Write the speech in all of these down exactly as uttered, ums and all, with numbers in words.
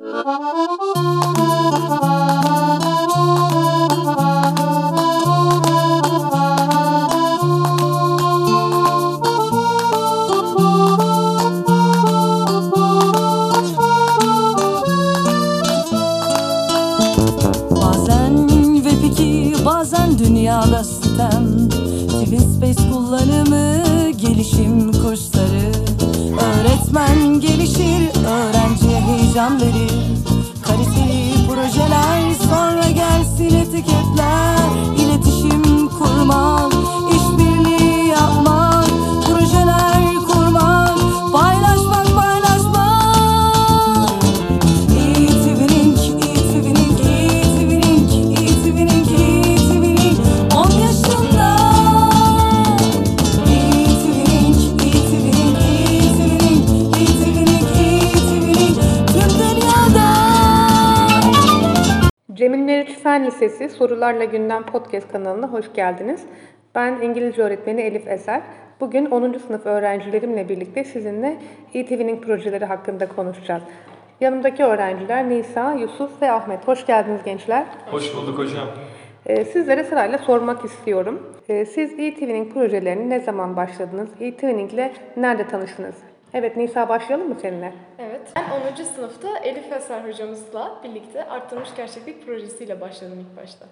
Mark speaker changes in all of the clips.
Speaker 1: Bazen web iki, bazen dünyada sistem, Twin Space kullanımı, gelişim kursları. Öğretmen gelişir, öğrenciye heyecan verir. Kaliteli projeler, sonra gelsin etiketler. İletişim kurmak, işbirliği yapmak, projeler kurmak, paylaşmak paylaşmak. E-Twinning, E-Twinning, E-Twinning, E-Twinning, E-Twinning on yaşında. E-Twinning, E-Twinning, E-Twinning, E-Twinning, E-Twinning tüm dünyada.
Speaker 2: Cemil Meriç Fen Lisesi Sorularla Gündem Podcast kanalına hoş geldiniz. Ben İngilizce öğretmeni Elif Eser. Bugün onuncu sınıf öğrencilerimle birlikte sizinle E-Twinning projeleri hakkında konuşacağız. Yanımdaki öğrenciler Nisa, Yusuf ve Ahmet. Hoş geldiniz gençler.
Speaker 3: Hoş bulduk hocam.
Speaker 2: Ee, sizlere sırayla sormak istiyorum. Ee, siz E-Twinning projelerini ne zaman başladınız? E-Twinning ile nerede tanıştınız? Evet Nisa, başlayalım mı seninle?
Speaker 4: Evet, ben onuncu sınıfta Elif Eser hocamızla birlikte arttırılmış gerçeklik projesiyle başladım ilk başta.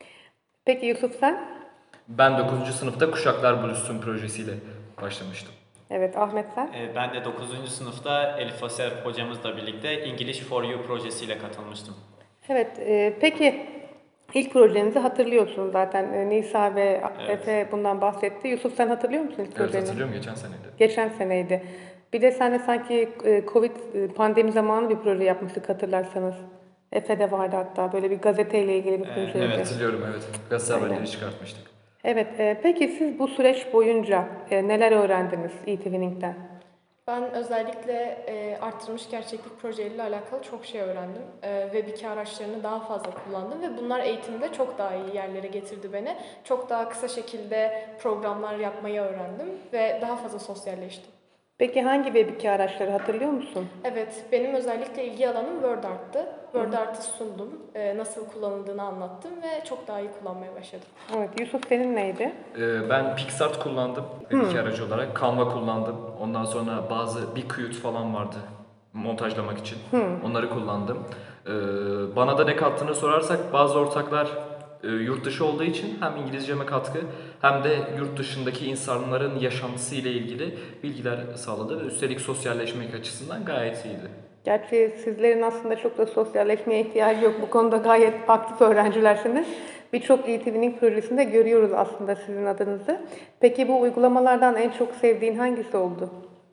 Speaker 2: Peki Yusuf sen?
Speaker 3: Ben dokuzuncu sınıfta Kuşaklar Buluşsun projesiyle başlamıştım.
Speaker 2: Evet Ahmet sen?
Speaker 5: Ee, Ben de dokuzuncu sınıfta Elif Aser hocamızla birlikte English for You projesiyle katılmıştım.
Speaker 2: Evet, e, peki ilk projenizi hatırlıyorsunuz zaten. E, Nisa ve
Speaker 5: Evet.
Speaker 2: Efe bundan bahsetti. Yusuf sen hatırlıyor musun ilk
Speaker 3: Evet,
Speaker 2: projeni?
Speaker 3: hatırlıyorum, geçen seneydi.
Speaker 2: Geçen seneydi. Bir de sen de sanki e, Covid e, pandemi zamanı bir proje yapmıştık hatırlarsanız. Efe de vardı hatta, böyle bir gazeteyle ilgili bir
Speaker 5: Ee,
Speaker 2: projeydi.
Speaker 3: Evet, hatırlıyorum, evet. Gazete
Speaker 2: Aynen.
Speaker 3: haberleri çıkartmıştık.
Speaker 2: Evet, e, peki siz bu süreç boyunca e, neler öğrendiniz E-Twining'den?
Speaker 4: Ben özellikle e, arttırılmış gerçeklik projeleriyle alakalı çok şey öğrendim. E, Web iki araçlarını daha fazla kullandım ve bunlar eğitimde çok daha iyi yerlere getirdi beni. Çok daha kısa şekilde programlar yapmayı öğrendim ve daha fazla sosyalleştim.
Speaker 2: Peki hangi web iki araçları hatırlıyor musun?
Speaker 4: Evet, benim özellikle ilgi alanım WordArt'tı. WordArt'ı sundum, e, nasıl kullanıldığını anlattım ve çok daha iyi kullanmaya başladım.
Speaker 2: Evet, Yusuf senin neydi?
Speaker 3: Ee, ben PixArt kullandım web iki aracı olarak. Canva kullandım. Ondan sonra bazı bir Qt falan vardı montajlamak için. Onları kullandım. Ee, bana da ne kattığını sorarsak, bazı ortaklar e, yurt dışı olduğu için hem İngilizceme katkı hem de yurt dışındaki insanların yaşantısı ile ilgili bilgiler sağladı ve üstelik sosyalleşmek açısından gayet iyiydi.
Speaker 2: Gerçi sizlerin aslında çok da sosyalleşmeye ihtiyacı yok. Bu konuda gayet aktif öğrencilersiniz. Birçok E-Twinning projesinde görüyoruz aslında sizin adınızı. Peki bu uygulamalardan en çok sevdiğin hangisi oldu?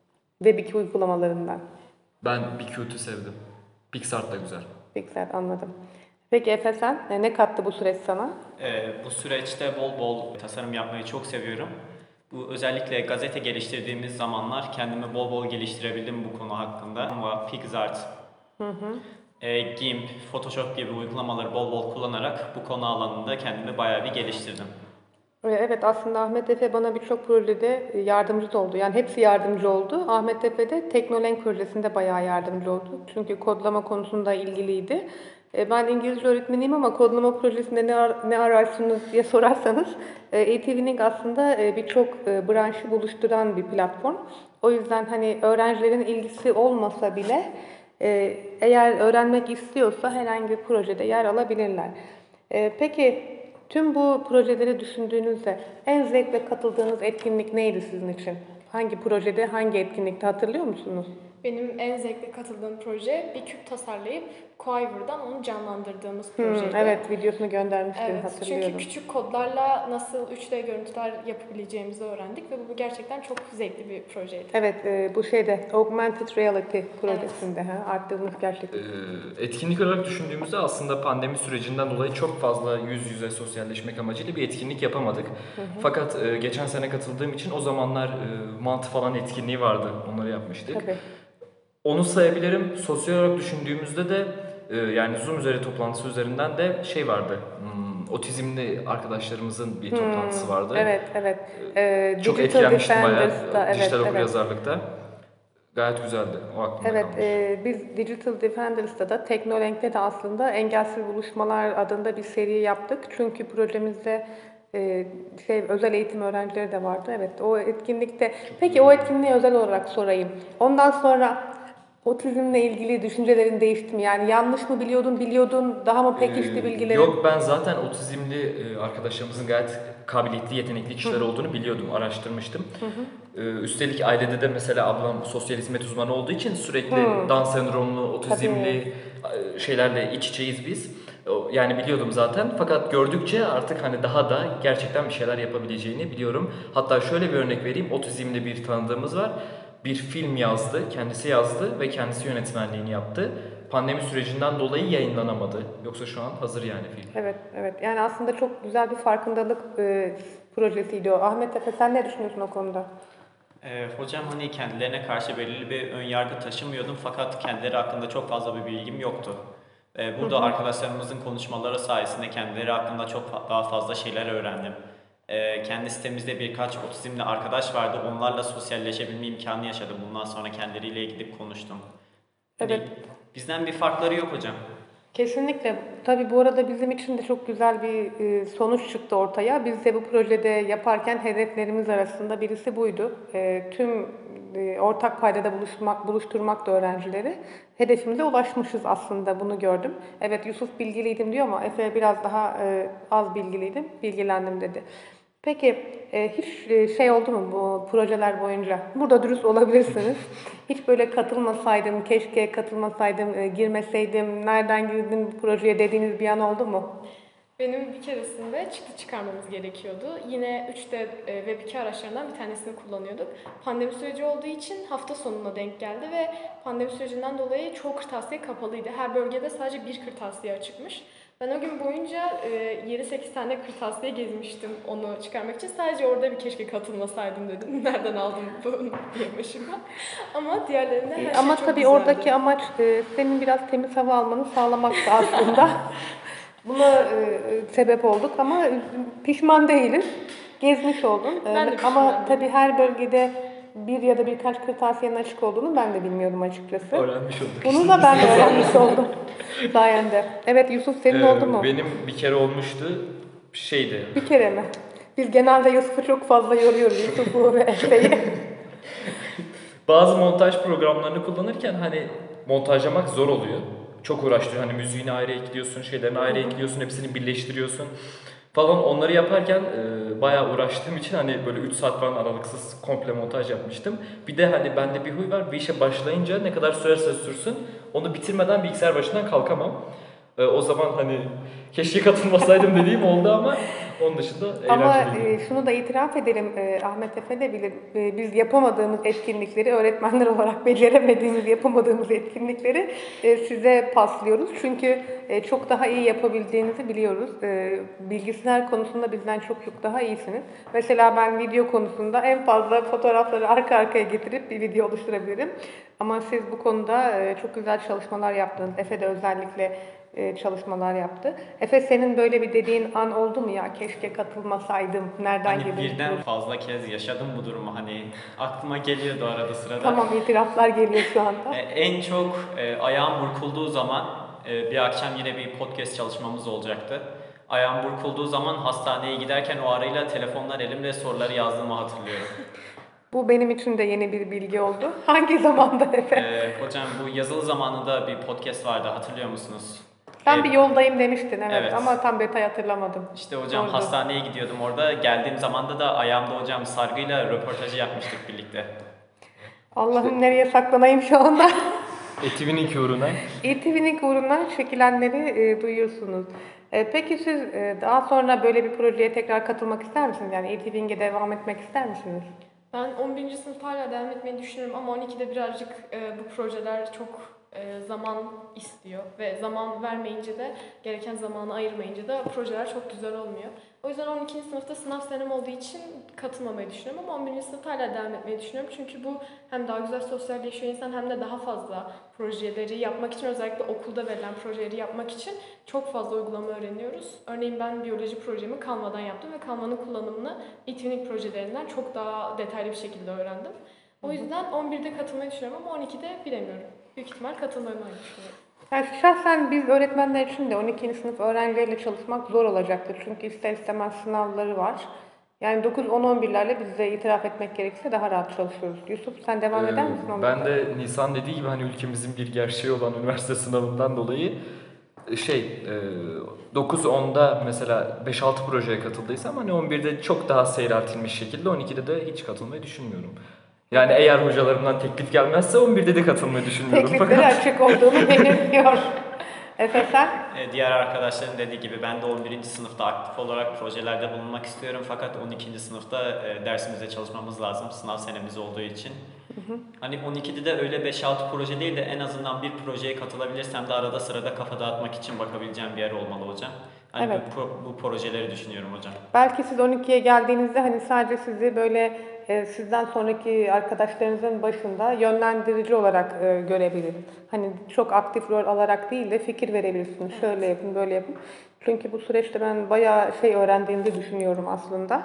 Speaker 2: web iki uygulamalarından.
Speaker 3: Ben bir Qt'ü sevdim. PixArt da güzel.
Speaker 2: Güzel, anladım. Peki Efe sen e, ne kattı bu süreç sana?
Speaker 5: Ee, Bu süreçte bol bol tasarım yapmayı çok seviyorum. Bu özellikle gazete geliştirdiğimiz zamanlar kendimi bol bol geliştirebildim bu konu hakkında. Ama PixArt, e, GIMP, Photoshop gibi uygulamaları bol bol kullanarak bu konu alanında kendimi bayağı bir geliştirdim.
Speaker 2: E, Evet, aslında Ahmet Efe bana birçok projede e, yardımcı da oldu. Yani hepsi yardımcı oldu. Ahmet Efe de Teknolenk projesinde bayağı yardımcı oldu. Çünkü kodlama konusunda ilgiliydi. E, Ben İngilizce öğretmeniyim ama kodlama projesinde ne, ar- ne ararsınız diye sorarsanız e, E-Twinning aslında e, birçok e, branşı buluşturan bir platform. O yüzden hani öğrencilerin ilgisi olmasa bile e, eğer öğrenmek istiyorsa herhangi bir projede yer alabilirler. E, Peki tüm bu projeleri düşündüğünüzde en zevkle katıldığınız etkinlik neydi sizin için? Hangi projede, hangi etkinlikte hatırlıyor musunuz?
Speaker 4: Benim en zevkli katıldığım proje bir küp tasarlayıp Quiver'dan onu canlandırdığımız
Speaker 2: Hmm,
Speaker 4: projeydi.
Speaker 2: evet, videosunu göndermiştin,
Speaker 4: Evet,
Speaker 2: hatırlıyorum.
Speaker 4: çünkü küçük kodlarla nasıl üç D görüntüler yapabileceğimizi öğrendik ve bu gerçekten çok zevkli bir projeydi.
Speaker 2: Evet, e, bu şeyde Augmented Reality projesinde, ha, arttırılmış gerçeklik.
Speaker 3: Ee, etkinlik olarak düşündüğümüzde aslında pandemi sürecinden dolayı çok fazla yüz yüze sosyalleşmek amacıyla bir etkinlik yapamadık. Fakat e, geçen sene katıldığım için o zamanlar e, mantı falan etkinliği vardı. Onları yapmıştık.
Speaker 2: Tabii.
Speaker 3: Onu sayabilirim. Sosyal olarak düşündüğümüzde de e, yani Zoom üzeri toplantısı üzerinden de şey vardı. Hmm, otizmli arkadaşlarımızın bir toplantısı vardı.
Speaker 2: Evet, evet. E,
Speaker 3: Çok
Speaker 2: Digital
Speaker 3: etkilenmiştim bayağı
Speaker 2: Defenders'ta, evet,
Speaker 3: dijital
Speaker 2: evet.
Speaker 3: okuryazarlıkta. Gayet güzeldi. O aklımda
Speaker 2: Evet,
Speaker 3: kalmış.
Speaker 2: e, biz Digital Defenders'ta da Teknolenk'te de aslında Engelsiz Buluşmalar adında bir seri yaptık. Çünkü projemizde e, şey özel eğitim öğrencileri de vardı. Evet, o etkinlikte. Peki o etkinliğe özel olarak sorayım. Ondan sonra otizmle ilgili düşüncelerin değişti mi? Yani yanlış mı biliyordun, biliyordun, daha mı pekişti
Speaker 3: Ee,
Speaker 2: bilgilerin?
Speaker 3: Yok, ben zaten otizmli e, arkadaşlarımızın gayet kabiliyetli, yetenekli kişiler olduğunu biliyordum, araştırmıştım. Ee, üstelik ailede de mesela ablam sosyal hizmet uzmanı olduğu için sürekli Down sendromlu, otizmli e, şeylerle iç içeyiz biz. O- Yani biliyordum zaten, fakat gördükçe artık hani daha da gerçekten bir şeyler yapabileceğini biliyorum. Hatta şöyle bir örnek vereyim, otizmli bir tanıdığımız var. Bir film yazdı, kendisi yazdı ve kendisi yönetmenliğini yaptı. Pandemi sürecinden dolayı yayınlanamadı. Yoksa şu an hazır yani film.
Speaker 2: Evet, evet. Yani aslında çok güzel bir farkındalık e, projesiydi o. Ahmet Efe, sen ne düşünüyorsun o konuda?
Speaker 5: Ee, hocam hani kendilerine karşı belirli bir ön yargı taşımıyordum fakat kendileri hakkında çok fazla bir bilgim yoktu. Ee, burada arkadaşlarımızın konuşmaları sayesinde kendileri hakkında çok fa- daha fazla şeyler öğrendim. Ee, kendi sitemizde birkaç otizmli arkadaş vardı. Onlarla sosyalleşebilme imkanı yaşadım. Bundan sonra kendileriyle gidip konuştum. Hani
Speaker 2: Evet.
Speaker 5: bizden bir farkları yok hocam.
Speaker 2: Kesinlikle. Tabii bu arada bizim için de çok güzel bir e, sonuç çıktı ortaya. Biz de bu projede yaparken hedeflerimiz arasında birisi buydu. E, tüm e, ortak paydada buluşmak, buluşturmak da öğrencileri. Hedefimize ulaşmışız aslında, bunu gördüm. Evet, Yusuf bilgiliydim diyor ama Efe biraz daha e, az bilgiliydim, bilgilendim dedi. Peki e, hiç e, şey oldu mu bu projeler boyunca? Burada dürüst olabilirsiniz. Hiç böyle katılmasaydım, keşke katılmasaydım, e, girmeseydim, nereden girdim bu projeye dediğiniz bir an oldu mu?
Speaker 4: Benim bir keresinde çıktı çıkarmamız gerekiyordu. Yine üç D e, Web iki araçlarından bir tanesini kullanıyorduk. Pandemi süreci olduğu için hafta sonuna denk geldi ve pandemi sürecinden dolayı çoğu kırtasiye kapalıydı. Her bölgede sadece bir kırtasiye açıkmış. Ben o gün boyunca e, yedi sekiz tane kırtasiye gezmiştim onu çıkarmak için. Sadece orada bir keşke katılmasaydım dedim. Nereden aldım bunu diye başıma. Ama diğerlerinde her
Speaker 2: E,
Speaker 4: şey
Speaker 2: Ama
Speaker 4: çok
Speaker 2: tabii
Speaker 4: güzeldi.
Speaker 2: oradaki amaç e, senin biraz temiz hava almanı sağlamaktı aslında. Buna e, sebep olduk ama e, pişman değilim. Gezmiş oldum. E,
Speaker 4: Ben de pişman
Speaker 2: ama
Speaker 4: değilim.
Speaker 2: tabii her bölgede bir ya da birkaç kırtasiyenin açık olduğunu ben de bilmiyordum açıkçası.
Speaker 3: Öğrenmiş olduk.
Speaker 2: Bunu da ben öğrenmiş oldum sayende. Evet Yusuf, senin
Speaker 3: Ee,
Speaker 2: oldu mu?
Speaker 3: Benim bir kere olmuştu. Şeydi.
Speaker 2: Bir kere mi? Biz genelde Yusuf'u çok fazla yoruyoruz. Yusuf'u ve Efe'yi.
Speaker 3: Bazı montaj programlarını kullanırken hani montajlamak zor oluyor. Çok uğraştırıyor. Hani müziğini ayrı ekliyorsun, şeylerini ayrı ekliyorsun, hepsini birleştiriyorsun falan. Onları yaparken e, bayağı uğraştığım için hani böyle üç saat falan aralıksız komple montaj yapmıştım. Bir de hani bende bir huy var. Bir işe başlayınca ne kadar sürerse sürsün onu bitirmeden bilgisayar başından kalkamam. E, o zaman hani keşke katılmasaydım dediğim oldu ama onun dışında
Speaker 2: Ama
Speaker 3: eğlenceliydi.
Speaker 2: e, şunu da itiraf edelim, e, Ahmet Efe de bilir. E, biz yapamadığımız etkinlikleri, öğretmenler olarak beceremediğimiz, yapamadığımız etkinlikleri e, size paslıyoruz. Çünkü e, çok daha iyi yapabildiğinizi biliyoruz. E, bilgisayar konusunda bizden çok çok daha iyisiniz. Mesela ben video konusunda en fazla fotoğrafları arka arkaya getirip bir video oluşturabilirim. Ama siz bu konuda e, çok güzel çalışmalar yaptınız. Efe de özellikle e, çalışmalar yaptı. Efe, senin böyle bir dediğin an oldu mu ya? Keşke katılmasaydım. Nereden
Speaker 5: Hani
Speaker 2: girdim?
Speaker 5: birden fazla kez yaşadım bu durumu. Hani aklıma geliyordu arada sırada.
Speaker 2: Tamam, itiraflar geliyor şu anda.
Speaker 5: E, En çok e, ayağım burkulduğu zaman e, bir akşam yine bir podcast çalışmamız olacaktı. Ayağım burkulduğu zaman hastaneye giderken o arayla telefonlar elimde soruları yazdığımı hatırlıyorum.
Speaker 2: Bu benim için de yeni bir bilgi oldu. Hangi zamanda Efe?
Speaker 5: E, hocam bu yazılı zamanında bir podcast vardı hatırlıyor musunuz?
Speaker 2: Sen
Speaker 5: E,
Speaker 2: bir yoldayım demiştin, evet,
Speaker 5: Evet.
Speaker 2: ama tam detay hatırlamadım.
Speaker 5: İşte hocam
Speaker 2: Doğrudur.
Speaker 5: hastaneye gidiyordum orada. Geldiğim zamanda da ayağımda hocam sargıyla röportajı yapmıştık birlikte.
Speaker 2: Allah'ım, nereye saklanayım şu anda?
Speaker 3: Etivinik uğruna.
Speaker 2: E T V'nin uğruna çekilenleri e, duyuyorsunuz. E, peki siz e, daha sonra böyle bir projeye tekrar katılmak ister misiniz? Yani E T V'ye devam etmek ister misiniz?
Speaker 4: Ben on birinci sınıf hala devam etmeyi düşünüyorum ama on ikide birazcık e, bu projeler çok e, zaman istiyor ve zaman vermeyince de gereken zamanı ayırmayınca da projeler çok güzel olmuyor. O yüzden on ikinci sınıfta sınav senem olduğu için katılmamayı düşünüyorum ama on birinci sınıfta hala devam etmeyi düşünüyorum. Çünkü bu hem daha güzel sosyalleşiyor insan hem de daha fazla projeleri yapmak için, özellikle okulda verilen projeleri yapmak için çok fazla uygulama öğreniyoruz. Örneğin ben biyoloji projemi Canva'dan yaptım ve Canva'nın kullanımını e-twinning projelerinden çok daha detaylı bir şekilde öğrendim. O yüzden on birde katılmayı düşünüyorum ama on ikide bilemiyorum. Büyük ihtimal katılmayı düşünüyorum.
Speaker 2: Yani şahsen biz öğretmenler için de on ikinci sınıf öğrencileriyle çalışmak zor olacaktır. Çünkü ister istemez sınavları var. Yani dokuz, on, on birlerle biz de itiraf etmek gerekirse daha rahat çalışıyoruz. Yusuf sen devam eder misin?
Speaker 3: Ee,
Speaker 2: on
Speaker 3: ben
Speaker 2: birde?
Speaker 3: de Nisan dediği gibi hani ülkemizin bir gerçeği olan üniversite sınavından dolayı e, şey e, dokuz onda mesela beş altı projeye katıldıysam hani on birde çok daha seyreltilmiş şekilde on ikide de hiç katılmayı düşünmüyorum. Yani eğer hocalarımdan teklif gelmezse on birde de katılmayı düşünmüyorum.
Speaker 2: Teklifleri
Speaker 3: Fakat
Speaker 2: açık olduğunu belirtiyor. Efe sen?
Speaker 5: E, Diğer arkadaşların dediği gibi ben de on birinci sınıfta aktif olarak projelerde bulunmak istiyorum. Fakat on ikinci sınıfta e, dersimize çalışmamız lazım sınav senemiz olduğu için. Hani on ikide de öyle beş altı proje değil de en azından bir projeye katılabilirsem de arada sırada kafa dağıtmak için bakabileceğim bir yer olmalı hocam. Hani
Speaker 2: Evet.
Speaker 5: bu, pro- bu projeleri düşünüyorum hocam.
Speaker 2: Belki siz on ikiye geldiğinizde hani sadece sizi böyle e, sizden sonraki arkadaşlarınızın başında yönlendirici olarak e, görebiliriz. Hani çok aktif rol alarak değil de fikir verebilirsiniz. Şöyle yapın, böyle yapın. Çünkü bu süreçte ben bayağı şey öğrendiğimizi düşünüyorum aslında.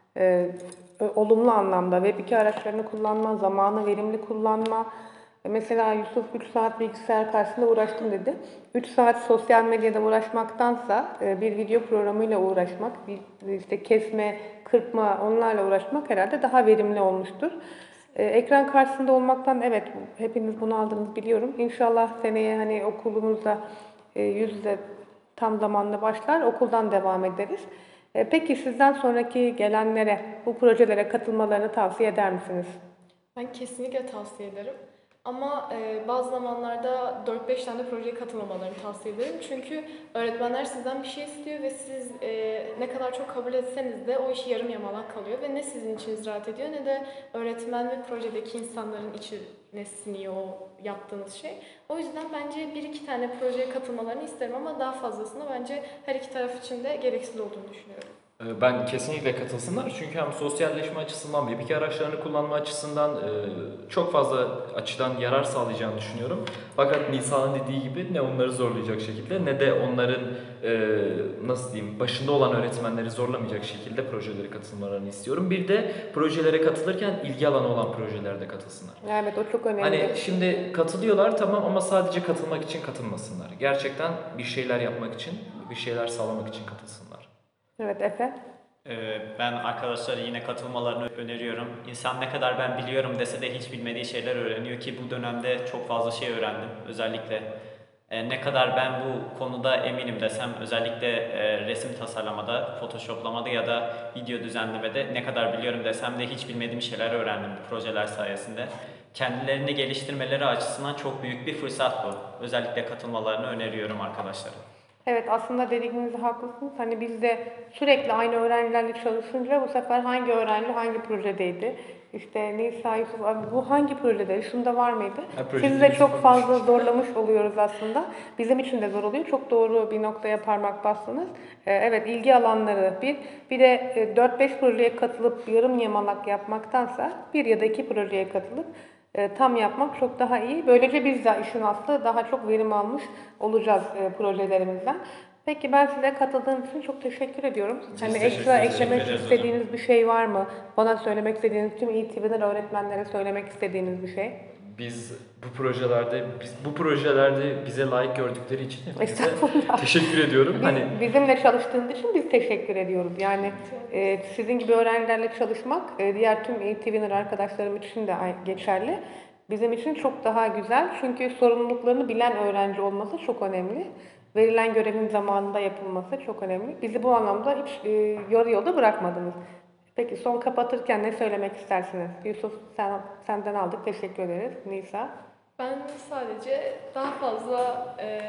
Speaker 2: E, olumlu anlamda web iki araçlarını kullanma, zamanı verimli kullanma. E, Mesela Yusuf üç saat bilgisayar karşısında uğraştım dedi. üç saat sosyal medyada uğraşmaktansa e, bir video programıyla uğraşmak, bir işte kesme, kırpma onlarla uğraşmak herhalde daha verimli olmuştur. E, Ekran karşısında olmaktan evet hepiniz bunu aldığınızı biliyorum. İnşallah seneye hani okulumuzda e, yüz yüze tam zamanlı başlar, okuldan devam ederiz. E, Peki sizden sonraki gelenlere bu projelere katılmalarını tavsiye eder misiniz?
Speaker 4: Ben kesinlikle tavsiye ederim. Ama e, bazı zamanlarda dört beş tane projeye katılmamalarını tavsiye ederim. Çünkü öğretmenler sizden bir şey istiyor ve siz e, ne kadar çok kabul etseniz de o işi yarım yamalak kalıyor. Ve ne sizin içiniz rahat ediyor ne de öğretmen ve projedeki insanların içine siniyor o yaptığınız şey. O yüzden bence bir iki tane projeye katılmalarını isterim ama daha fazlasını bence her iki taraf için de gereksiz olduğunu düşünüyorum.
Speaker 3: e, ben kesinlikle katılsınlar çünkü hem sosyalleşme açısından ve bilgi araçlarını kullanma açısından e, çok fazla açıdan yarar sağlayacağını düşünüyorum. Fakat Nisa'nın dediği gibi ne onları zorlayacak şekilde ne de onların e, nasıl diyeyim başında olan öğretmenleri zorlamayacak şekilde projelere katılmalarını istiyorum. Bir de projelere katılırken ilgi alanı olan projelerde katılsınlar.
Speaker 2: Evet o çok önemli.
Speaker 3: Hani şimdi katılıyorlar tamam ama sadece katılmak için katılmasınlar. Gerçekten bir şeyler yapmak için, bir şeyler sağlamak için katılsınlar.
Speaker 2: Evet Efe.
Speaker 5: Ee, Ben arkadaşlara yine katılmalarını öneriyorum. İnsan ne kadar ben biliyorum dese de hiç bilmediği şeyler öğreniyor ki bu dönemde çok fazla şey öğrendim. Özellikle e, ne kadar ben bu konuda eminim desem özellikle e, resim tasarlamada, photoshoplamada ya da video düzenlemede ne kadar biliyorum desem de hiç bilmediğim şeyler öğrendim bu projeler sayesinde. Kendilerini geliştirmeleri açısından çok büyük bir fırsat bu. Özellikle katılmalarını öneriyorum arkadaşlara.
Speaker 2: Evet aslında dediğinizde haklısınız. Hani biz de sürekli aynı öğrencilerle çalışınca bu sefer hangi öğrenci hangi projedeydi? İşte Nisa, Yusuf abi bu hangi projede? Şunda var mıydı?
Speaker 3: Ha, projede
Speaker 2: Sizi de
Speaker 3: Yusuf
Speaker 2: çok
Speaker 3: varmış.
Speaker 2: fazla zorlamış oluyoruz aslında. Bizim için de zor oluyor. Çok doğru bir noktaya parmak bastınız. Ee, evet ilgi alanları bir. Bir de e, dört beş projeye katılıp yarım yamalak yapmaktansa bir ya da iki projeye katılıp e, tam yapmak çok daha iyi. Böylece biz de işin aslı daha çok verim almış olacağız e, projelerimizden. Peki ben size katıldığınız için çok teşekkür ediyorum. Hani
Speaker 3: teşekkür
Speaker 2: ekstra
Speaker 3: ederiz.
Speaker 2: eklemek
Speaker 5: Teşekkür ederiz
Speaker 2: istediğiniz bir şey var mı? Bana söylemek istediğiniz, tüm İ T V'den öğretmenlere söylemek istediğiniz bir şey.
Speaker 3: Biz bu projelerde biz bu projelerde bize layık gördükleri için hepinize
Speaker 2: Estağfurullah.
Speaker 3: teşekkür ediyorum.
Speaker 2: Biz,
Speaker 3: Hani
Speaker 2: bizimle çalıştığınız için biz teşekkür ediyoruz. Yani e, sizin gibi öğrencilerle çalışmak e, diğer tüm İ T V'nin arkadaşlarım için de ay- geçerli. Bizim için çok daha güzel. Çünkü sorumluluklarını bilen öğrenci olması çok önemli. Verilen görevin zamanında yapılması çok önemli. Bizi bu anlamda hiç e, yarı yolda bırakmadınız. Peki son kapatırken ne söylemek istersiniz? Yusuf sen, senden aldık. Teşekkür ederiz. Nisa.
Speaker 4: Ben sadece daha fazla e,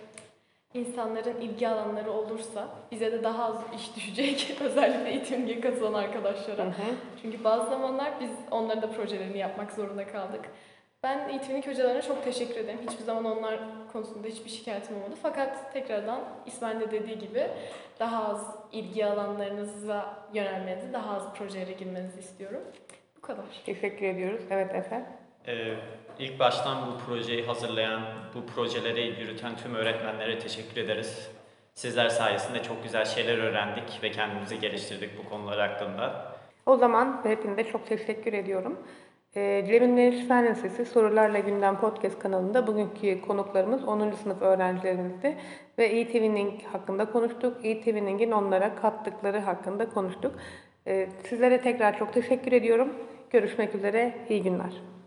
Speaker 4: insanların ilgi alanları olursa bize de daha az iş düşecek. Özellikle eğitimge katılan arkadaşlara.
Speaker 2: Hı hı.
Speaker 4: Çünkü bazı zamanlar biz onların da projelerini yapmak zorunda kaldık. Ben eğitimlik hocalarına çok teşekkür ederim. Hiçbir zaman onlar konusunda hiçbir şikayetim olmadı. Fakat tekrardan İsmail'in de dediği gibi daha az ilgi alanlarınıza yönelmenizi, daha az projelere girmenizi istiyorum. Bu kadar.
Speaker 2: Teşekkür ediyoruz. Evet Efe.
Speaker 5: Ee, ilk baştan bu projeyi hazırlayan, bu projeleri yürüten tüm öğretmenlere teşekkür ederiz. Sizler sayesinde çok güzel şeyler öğrendik ve kendimizi geliştirdik bu konular hakkında.
Speaker 2: O zaman hepinize çok teşekkür ediyorum. Ee, Cem'in Meriç Fen Lisesi Sorularla Gündem Podcast kanalında bugünkü konuklarımız onuncu sınıf öğrencilerimizdi ve e-Twinning hakkında konuştuk. E-Twinning'in onlara kattıkları hakkında konuştuk. Ee, sizlere tekrar çok teşekkür ediyorum. Görüşmek üzere, iyi günler.